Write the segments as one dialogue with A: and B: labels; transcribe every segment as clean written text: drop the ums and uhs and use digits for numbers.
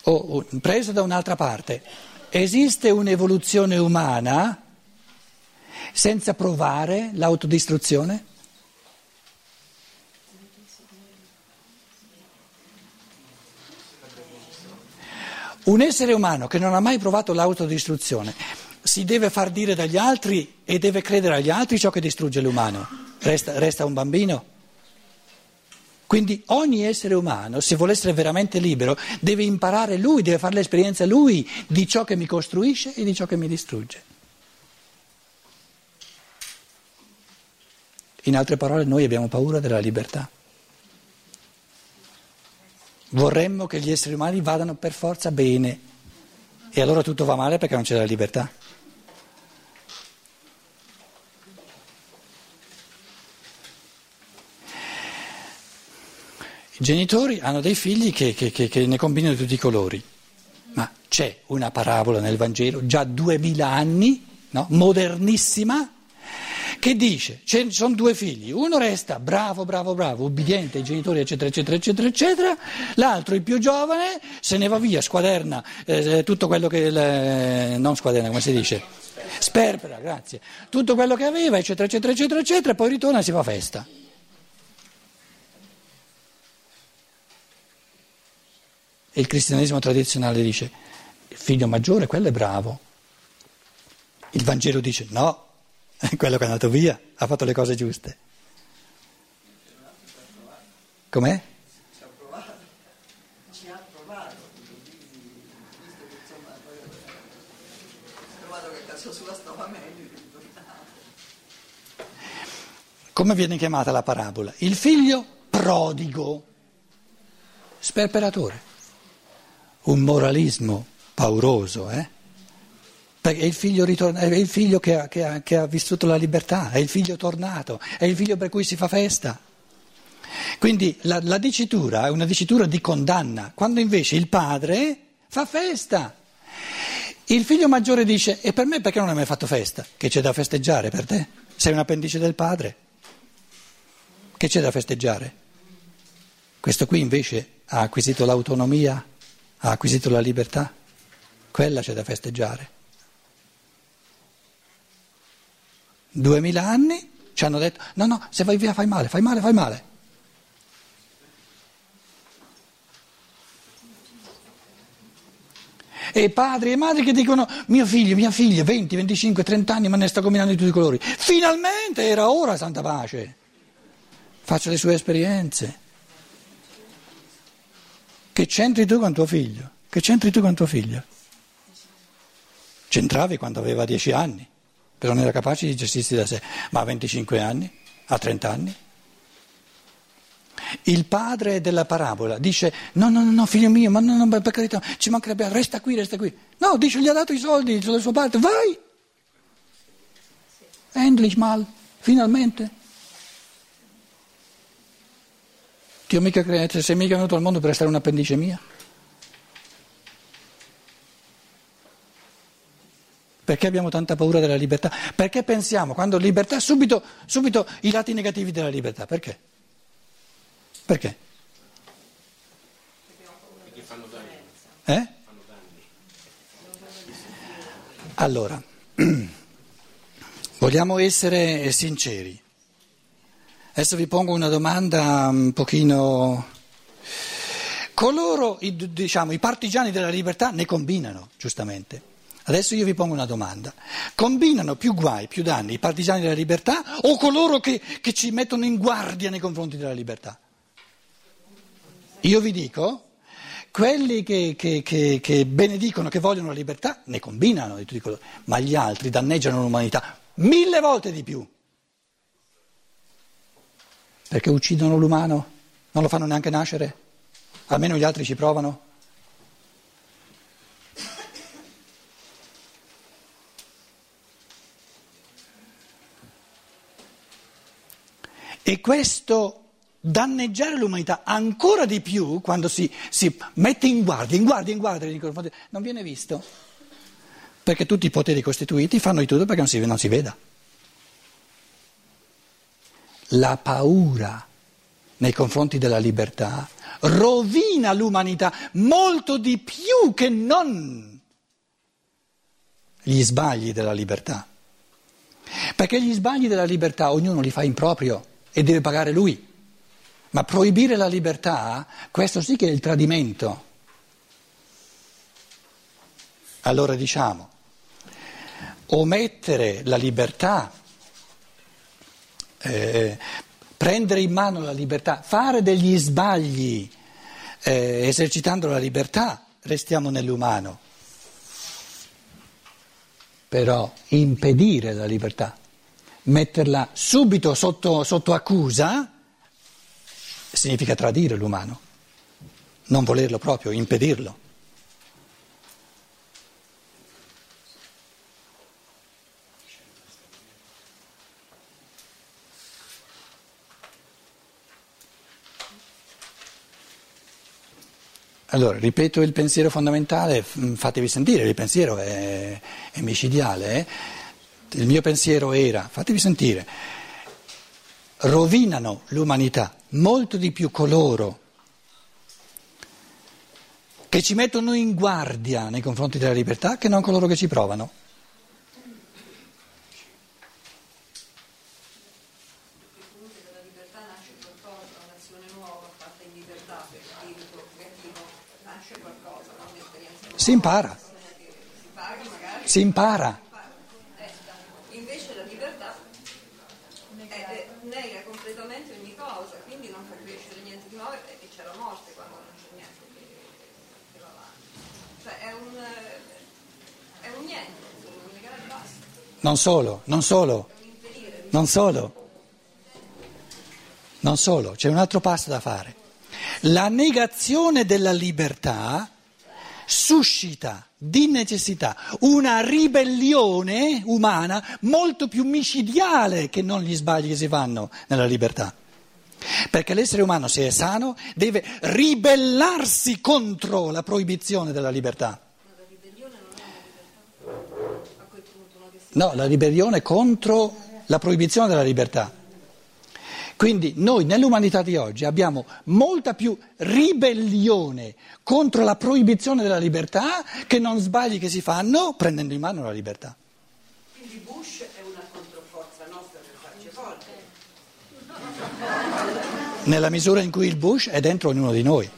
A: o preso da un'altra parte, esiste un'evoluzione umana senza provare l'autodistruzione? Un essere umano che non ha mai provato l'autodistruzione si deve far dire dagli altri e deve credere agli altri ciò che distrugge l'umano. Resta un bambino. Quindi ogni essere umano, se vuole essere veramente libero, deve imparare lui, deve fare l'esperienza lui di ciò che mi costruisce e di ciò che mi distrugge. In altre parole, noi abbiamo paura della libertà. Vorremmo che gli esseri umani vadano per forza bene e allora tutto va male perché non c'è la libertà. I genitori hanno dei figli che ne combinano di tutti i colori, ma c'è una parabola nel Vangelo, già 2000 anni, no? Modernissima, che dice, sono due figli, uno resta bravo, ubbidiente ai genitori, eccetera, eccetera, eccetera, eccetera, l'altro, il più giovane, se ne va via, squaderna, tutto quello che, non squaderna, come si dice? Sperpera, grazie, tutto quello che aveva, eccetera, eccetera, eccetera, eccetera, poi ritorna e si fa festa. E il cristianesimo tradizionale dice, il figlio maggiore, quello è bravo. Il Vangelo dice, no, quello che è andato via, ha fatto le cose giuste. Com'è?
B: Ci ha provato, visto che insomma ha trovato che casa sua stava meglio.
A: Come viene chiamata la parabola? Il figlio prodigo, sperperatore. Un moralismo pauroso, Perché è il figlio, è il figlio che ha vissuto la libertà, è il figlio tornato, è il figlio per cui si fa festa. Quindi la dicitura è una dicitura di condanna, quando invece il padre fa festa. Il figlio maggiore dice, e per me perché non hai mai fatto festa? Che c'è da festeggiare per te? Sei un appendice del padre? Che c'è da festeggiare? Questo qui invece ha acquisito l'autonomia, ha acquisito la libertà, quella c'è da festeggiare. 2000 anni ci hanno detto, no, se vai via fai male. E padri e madri che dicono, mia figlia, 20, 25, 30 anni ma ne sta combinando di tutti i colori. Finalmente era ora, santa pace, faccia le sue esperienze. Che c'entri tu con tuo figlio? C'entravi quando aveva 10 anni, però non era capace di gestirsi da sé, ma a 25 anni, a 30 anni. Il padre della parabola dice, no, figlio mio, ma no, per carità, ci mancherebbe, resta qui. No, dice, gli ha dato i soldi sulla sua parte, vai! Endlich mal, finalmente. Dio mica sei mica venuto al mondo per essere un appendice mia? Perché abbiamo tanta paura della libertà? Perché pensiamo, quando libertà, subito i lati negativi della libertà. Perché? Perché
C: fanno danni.
A: Fanno danni. Allora, vogliamo essere sinceri. Adesso vi pongo una domanda un pochino. Coloro, i partigiani della libertà ne combinano, giustamente. Adesso io vi pongo una domanda. Combinano più guai, più danni i partigiani della libertà o coloro che ci mettono in guardia nei confronti della libertà? Io vi dico, quelli che benedicono, che vogliono la libertà, ne combinano di tutti i colori, ma gli altri danneggiano l'umanità 1000 volte di più. Perché uccidono l'umano? Non lo fanno neanche nascere? Almeno gli altri ci provano? E questo danneggiare l'umanità ancora di più quando si mette in guardia nei confronti, non viene visto. Perché tutti i poteri costituiti fanno di tutto perché non si veda. La paura nei confronti della libertà rovina l'umanità molto di più che non gli sbagli della libertà. Perché gli sbagli della libertà ognuno li fa in proprio e deve pagare lui. Ma proibire la libertà, questo sì che è il tradimento. Allora diciamo, omettere la libertà, prendere in mano la libertà, fare degli sbagli esercitando la libertà, restiamo nell'umano. Però impedire la libertà, metterla subito sotto accusa, significa tradire l'umano, non volerlo proprio, impedirlo. Allora, ripeto il pensiero fondamentale, fatevi sentire, il pensiero è micidiale. Il mio pensiero era, fatevi sentire, rovinano l'umanità molto di più coloro che ci mettono in guardia nei confronti della libertà che non coloro che ci provano.
B: Comunque dalla libertà nasce qualcosa, un'azione nuova fatta in libertà per spirito creativo, nasce qualcosa, no? Un'esperienza nuova.
A: Si impara,
B: Si paga magari.
A: si impara.
B: Invece la libertà nega completamente ogni cosa, quindi non fa crescere niente di nuovo e c'è la morte quando non c'è niente che va avanti. Cioè è un niente, insomma, un negare e basta.
A: Non solo, c'è un altro passo da fare. La negazione della libertà suscita di necessità una ribellione umana molto più micidiale che non gli sbagli che si fanno nella libertà. Perché l'essere umano, se è sano, deve ribellarsi contro la proibizione della libertà.
B: Ma la ribellione non è una libertà, a quel punto, no?
A: No, la ribellione contro la proibizione della libertà. Quindi noi nell'umanità di oggi abbiamo molta più ribellione contro la proibizione della libertà che non sbagli che si fanno prendendo in mano la libertà.
C: Quindi Bush è una controforza nostra per farci forte.
A: Nella misura in cui il Bush è dentro ognuno di noi.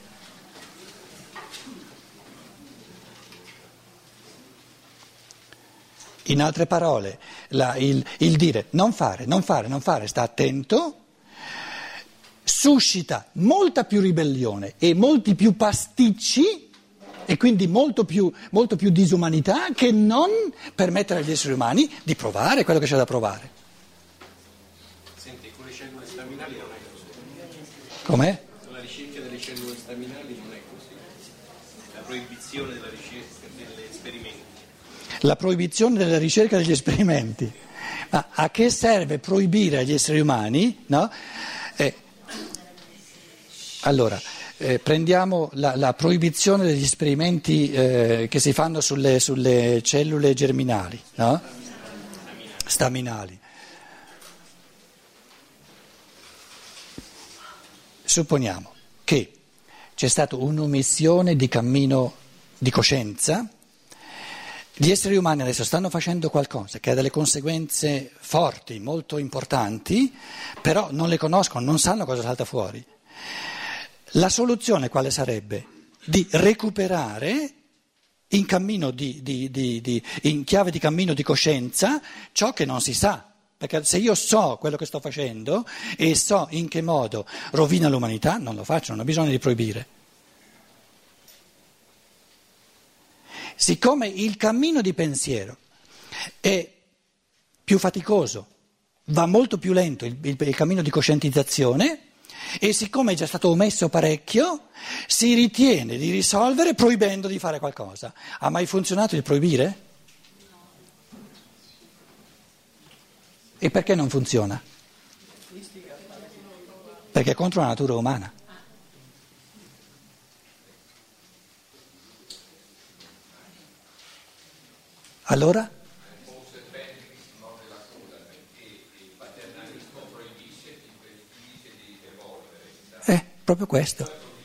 A: In altre parole, il dire non fare, sta attento, suscita molta più ribellione e molti più pasticci e quindi molto più disumanità che non permettere agli esseri umani di provare quello che c'è da provare.
D: Senti, con le cellule staminali non è così.
A: Com'è?
D: Con la ricerca delle cellule staminali non è così. La proibizione della ricerca degli esperimenti.
A: La proibizione della ricerca degli esperimenti. Ma a che serve proibire agli esseri umani? No? Allora, prendiamo la proibizione degli esperimenti che si fanno sulle cellule germinali, no? Staminali. Supponiamo che c'è stata un'omissione di cammino di coscienza. Gli esseri umani adesso stanno facendo qualcosa che ha delle conseguenze forti, molto importanti, però non le conoscono, non sanno cosa salta fuori. La soluzione quale sarebbe? Di recuperare in chiave di cammino di coscienza ciò che non si sa. Perché se io so quello che sto facendo e so in che modo rovina l'umanità, non lo faccio, non ho bisogno di proibire. Siccome il cammino di pensiero è più faticoso, va molto più lento il cammino di coscientizzazione e siccome è già stato omesso parecchio, si ritiene di risolvere proibendo di fare qualcosa. Ha mai funzionato il proibire? E perché non funziona? Perché è contro la natura umana. Allora? Proprio questo.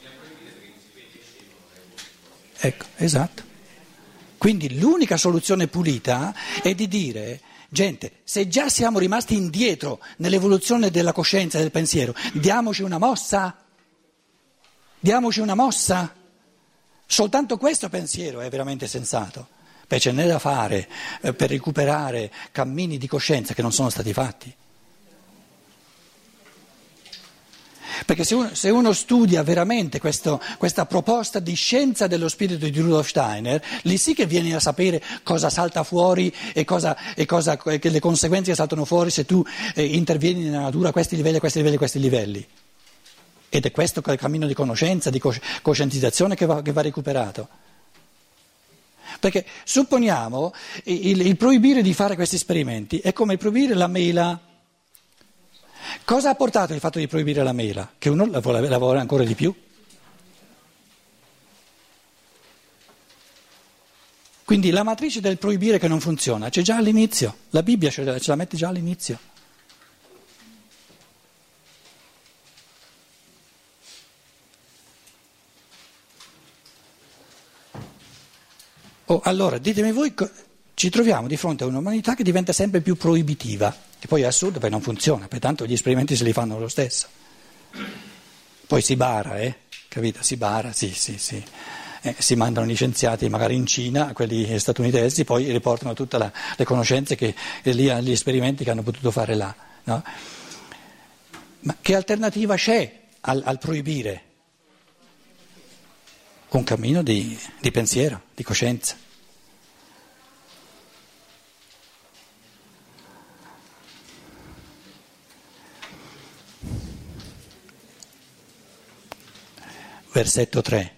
A: Ecco, esatto. Quindi l'unica soluzione pulita è di dire, gente, se già siamo rimasti indietro nell'evoluzione della coscienza e del pensiero, diamoci una mossa. Diamoci una mossa. Soltanto questo pensiero è veramente sensato. Beh, ce n'è da fare per recuperare cammini di coscienza che non sono stati fatti. Perché se uno studia veramente questa proposta di scienza dello spirito di Rudolf Steiner, lì sì che vieni a sapere cosa salta fuori e che le conseguenze che saltano fuori se tu intervieni nella natura a questi livelli, a questi livelli, a questi livelli. Ed è questo il cammino di conoscenza, di coscientizzazione che va recuperato. Perché supponiamo il proibire di fare questi esperimenti è come proibire la mela. Cosa ha portato il fatto di proibire la mela? Che uno la vuole ancora di più. Quindi la matrice del proibire che non funziona c'è già all'inizio, la Bibbia ce la mette già all'inizio. Allora, ditemi voi, ci troviamo di fronte a un'umanità che diventa sempre più proibitiva. Che poi è assurdo perché non funziona, pertanto gli esperimenti se li fanno lo stesso. Poi si bara, capito? Si bara, sì. Si mandano gli scienziati magari in Cina, quelli statunitensi, poi riportano tutte le conoscenze che lì gli esperimenti che hanno potuto fare là. No? Ma che alternativa c'è al proibire? Un cammino di pensiero, di coscienza. Versetto 3.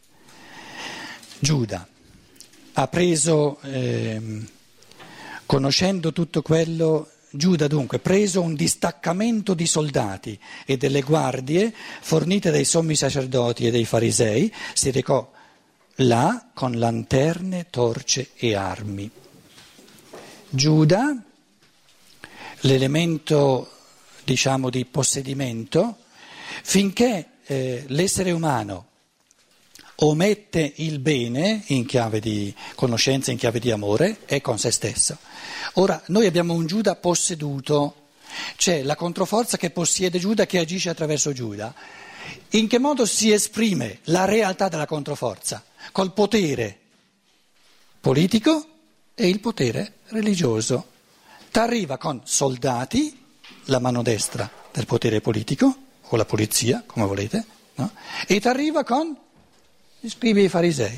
A: Giuda ha preso, conoscendo tutto quello, Giuda dunque preso un distaccamento di soldati e delle guardie fornite dai sommi sacerdoti e dei farisei, si recò là con lanterne, torce e armi. Giuda, l'elemento diciamo di possedimento, finché l'essere umano omette il bene in chiave di conoscenza, in chiave di amore, è con se stesso. Ora, noi abbiamo un Giuda posseduto, c'è la controforza che possiede Giuda, che agisce attraverso Giuda. In che modo si esprime la realtà della controforza? Col potere politico e il potere religioso. T'arriva con soldati, la mano destra del potere politico, o la polizia, come volete, no? E t'arriva con gli scribi e i farisei.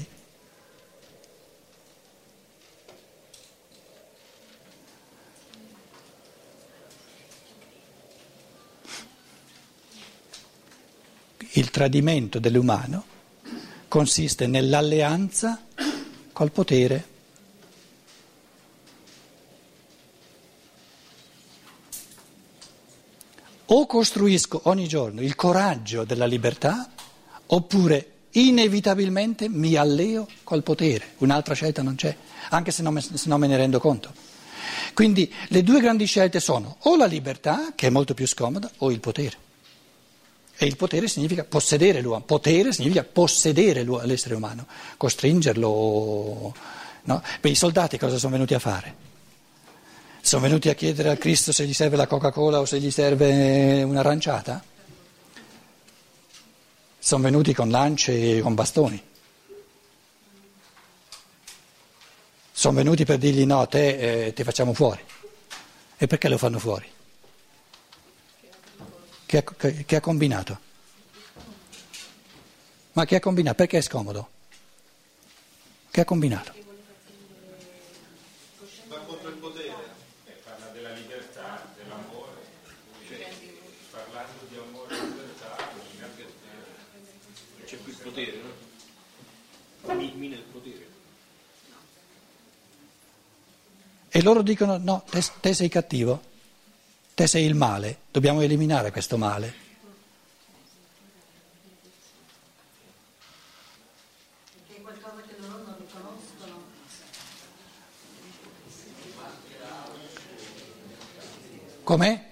A: Il tradimento dell'umano consiste nell'alleanza col potere. O costruisco ogni giorno il coraggio della libertà, oppure inevitabilmente mi alleo col potere. Un'altra scelta non c'è, anche se non me ne rendo conto. Quindi le due grandi scelte sono o la libertà, che è molto più scomoda, o il potere. E il potere significa possedere l'uomo. Potere significa possedere l'essere umano, costringerlo. No? Beh, i soldati cosa sono venuti a fare? Sono venuti a chiedere a Cristo se gli serve la Coca-Cola o se gli serve un'aranciata? Sono venuti con lance e con bastoni. Sono venuti per dirgli no, te ti facciamo fuori. E perché lo fanno fuori? Che ha combinato? Ma che ha combinato? Perché è scomodo? Che ha combinato?
D: Va contro il potere. Parla della libertà, dell'amore. Parlando di amore e libertà, c'è più il potere, no? Mina il potere.
A: E loro dicono no, te sei cattivo, te sei il male, dobbiamo eliminare questo male.
C: Perché è qualcosa che loro non riconoscono.
A: Com'è?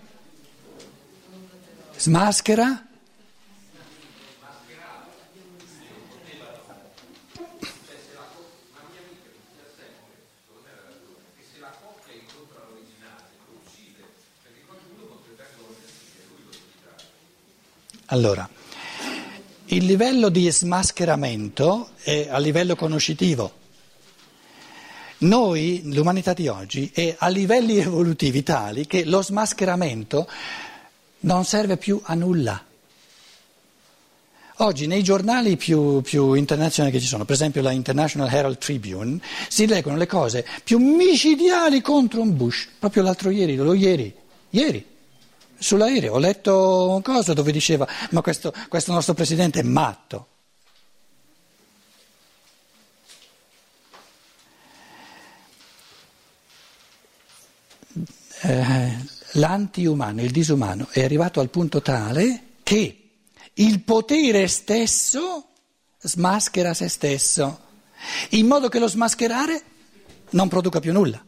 A: Smaschera? Allora, il livello di smascheramento è a livello conoscitivo. Noi, l'umanità di oggi, è a livelli evolutivi tali che lo smascheramento non serve più a nulla. Oggi nei giornali più internazionali che ci sono, per esempio la International Herald Tribune, si leggono le cose più micidiali contro un Bush. Proprio l'altro ieri, sull'aereo ho letto una cosa dove diceva ma questo nostro presidente è matto. L'antiumano, il disumano è arrivato al punto tale che il potere stesso smaschera se stesso, in modo che lo smascherare non produca più nulla.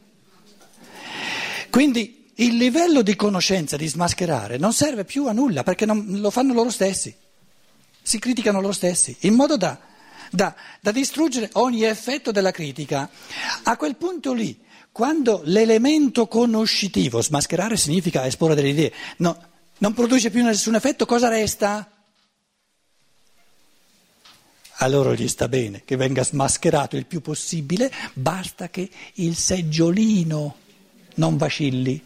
A: Quindi il livello di conoscenza di smascherare non serve più a nulla perché lo fanno loro stessi, si criticano loro stessi, in modo da distruggere ogni effetto della critica. A quel punto lì, quando l'elemento conoscitivo, smascherare significa esporre delle idee, non produce più nessun effetto, cosa resta? A loro gli sta bene che venga smascherato il più possibile, basta che il seggiolino non vacilli.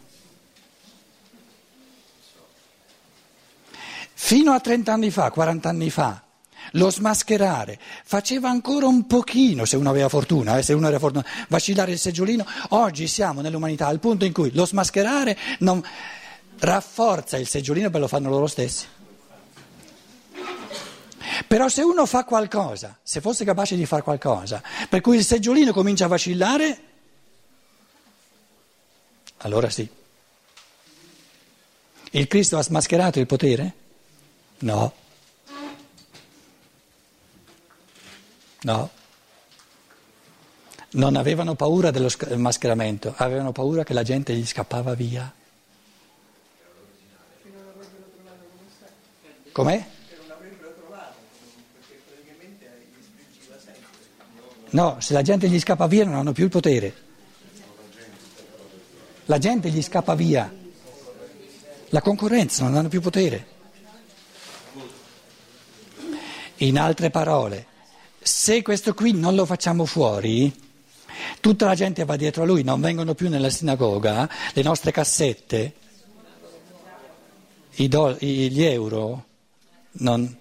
A: Fino a 30 anni fa, 40 anni fa, lo smascherare faceva ancora un pochino, se uno aveva fortuna, se uno era fortunato, vacillare il seggiolino. Oggi siamo nell'umanità al punto in cui lo smascherare non rafforza il seggiolino, perché lo fanno loro stessi. Però se uno fa qualcosa, se fosse capace di fare qualcosa, per cui il seggiolino comincia a vacillare, allora sì. Il Cristo ha smascherato il potere? No. Non avevano paura dello mascheramento, avevano paura che la gente gli scappava via. Com'è? No, se la gente gli scappa via non hanno più il potere. La gente gli scappa via. La concorrenza non hanno più potere. In altre parole, se questo qui non lo facciamo fuori, tutta la gente va dietro a lui, non vengono più nella sinagoga, le nostre cassette, gli euro, non...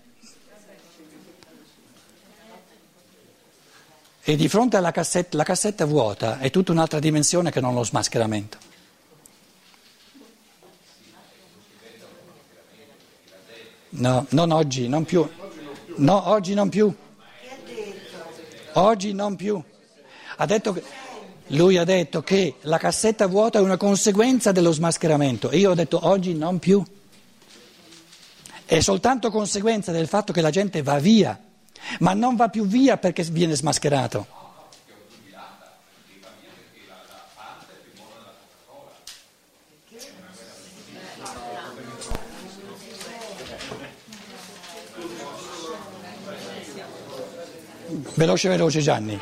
A: E di fronte alla cassetta, la cassetta vuota è tutta un'altra dimensione che non lo smascheramento. No, non oggi, non più. No, oggi non più. Oggi non più. Lui ha detto che la cassetta vuota è una conseguenza dello smascheramento e io ho detto oggi non più. È soltanto conseguenza del fatto che la gente va via, ma non va più via perché viene smascherato. Veloce Gianni.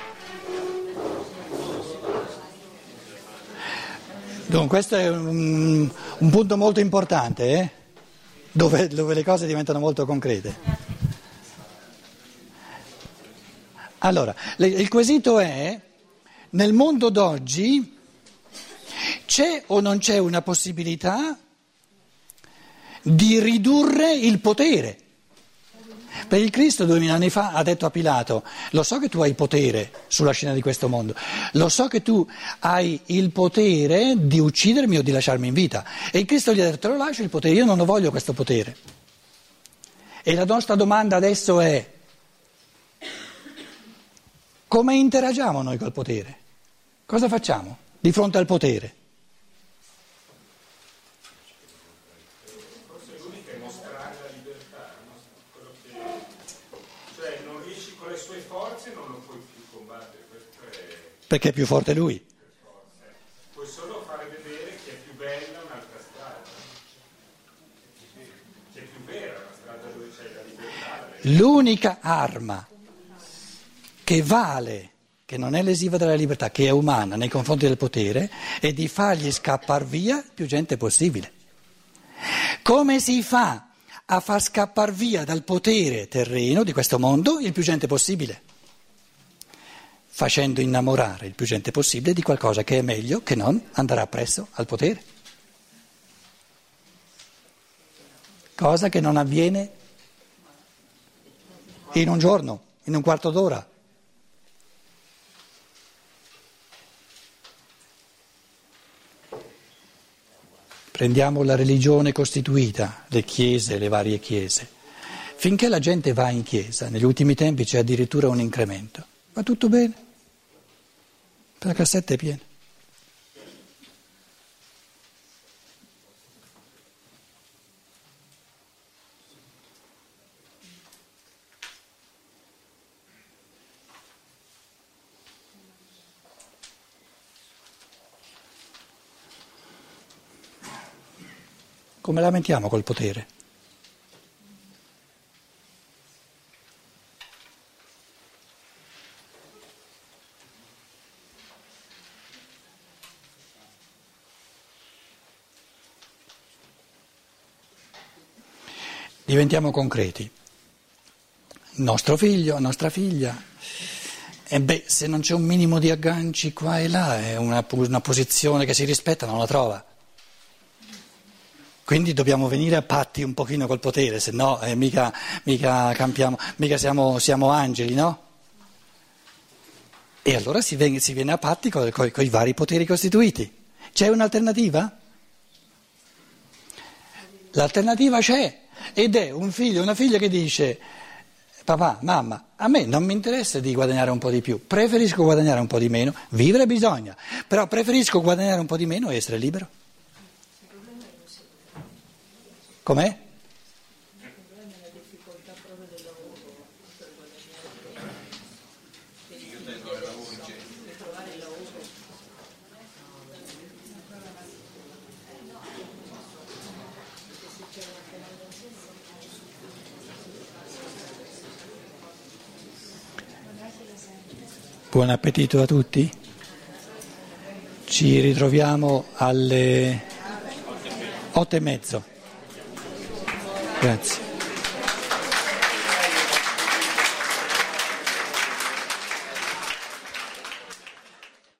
A: Dunque questo è un punto molto importante, dove le cose diventano molto concrete. Allora, il quesito è, nel mondo d'oggi c'è o non c'è una possibilità di ridurre il potere? Per il Cristo 2000 anni fa ha detto a Pilato, lo so che tu hai potere sulla scena di questo mondo, lo so che tu hai il potere di uccidermi o di lasciarmi in vita. E il Cristo gli ha detto, te lo lascio il potere, io non lo voglio questo potere. E la nostra domanda adesso è, come interagiamo noi col potere? Cosa facciamo di fronte al potere? Perché è più forte lui.
E: Puoi solo fare vedere che è più bella un'altra strada. Che è più vera una strada dove c'è la libertà.
A: L'unica arma che vale, che non è lesiva della libertà, che è umana nei confronti del potere, è di fargli scappar via più gente possibile. Come si fa a far scappare via dal potere terreno di questo mondo il più gente possibile, facendo innamorare il più gente possibile di qualcosa che è meglio che non andare appresso al potere. Cosa che non avviene in un giorno, in un quarto d'ora. Prendiamo la religione costituita, le chiese, le varie chiese. Finché la gente va in chiesa, negli ultimi tempi c'è addirittura un incremento. Va tutto bene, la cassetta è piena. Come lamentiamo col potere? Diventiamo concreti. Il nostro figlio, nostra figlia, se non c'è un minimo di agganci qua e là, è una posizione che si rispetta, non la trova. Quindi dobbiamo venire a patti un pochino col potere, se no mica campiamo, mica siamo angeli, no? E allora si viene a patti con i vari poteri costituiti. C'è un'alternativa? L'alternativa c'è, ed è un figlio, una figlia che dice: papà, mamma, a me non mi interessa di guadagnare un po' di più, preferisco guadagnare un po' di meno, vivere bisogna, però preferisco guadagnare un po' di meno e essere libero. Com'è? Buon appetito a tutti. Ci ritroviamo alle 8:30. Grazie.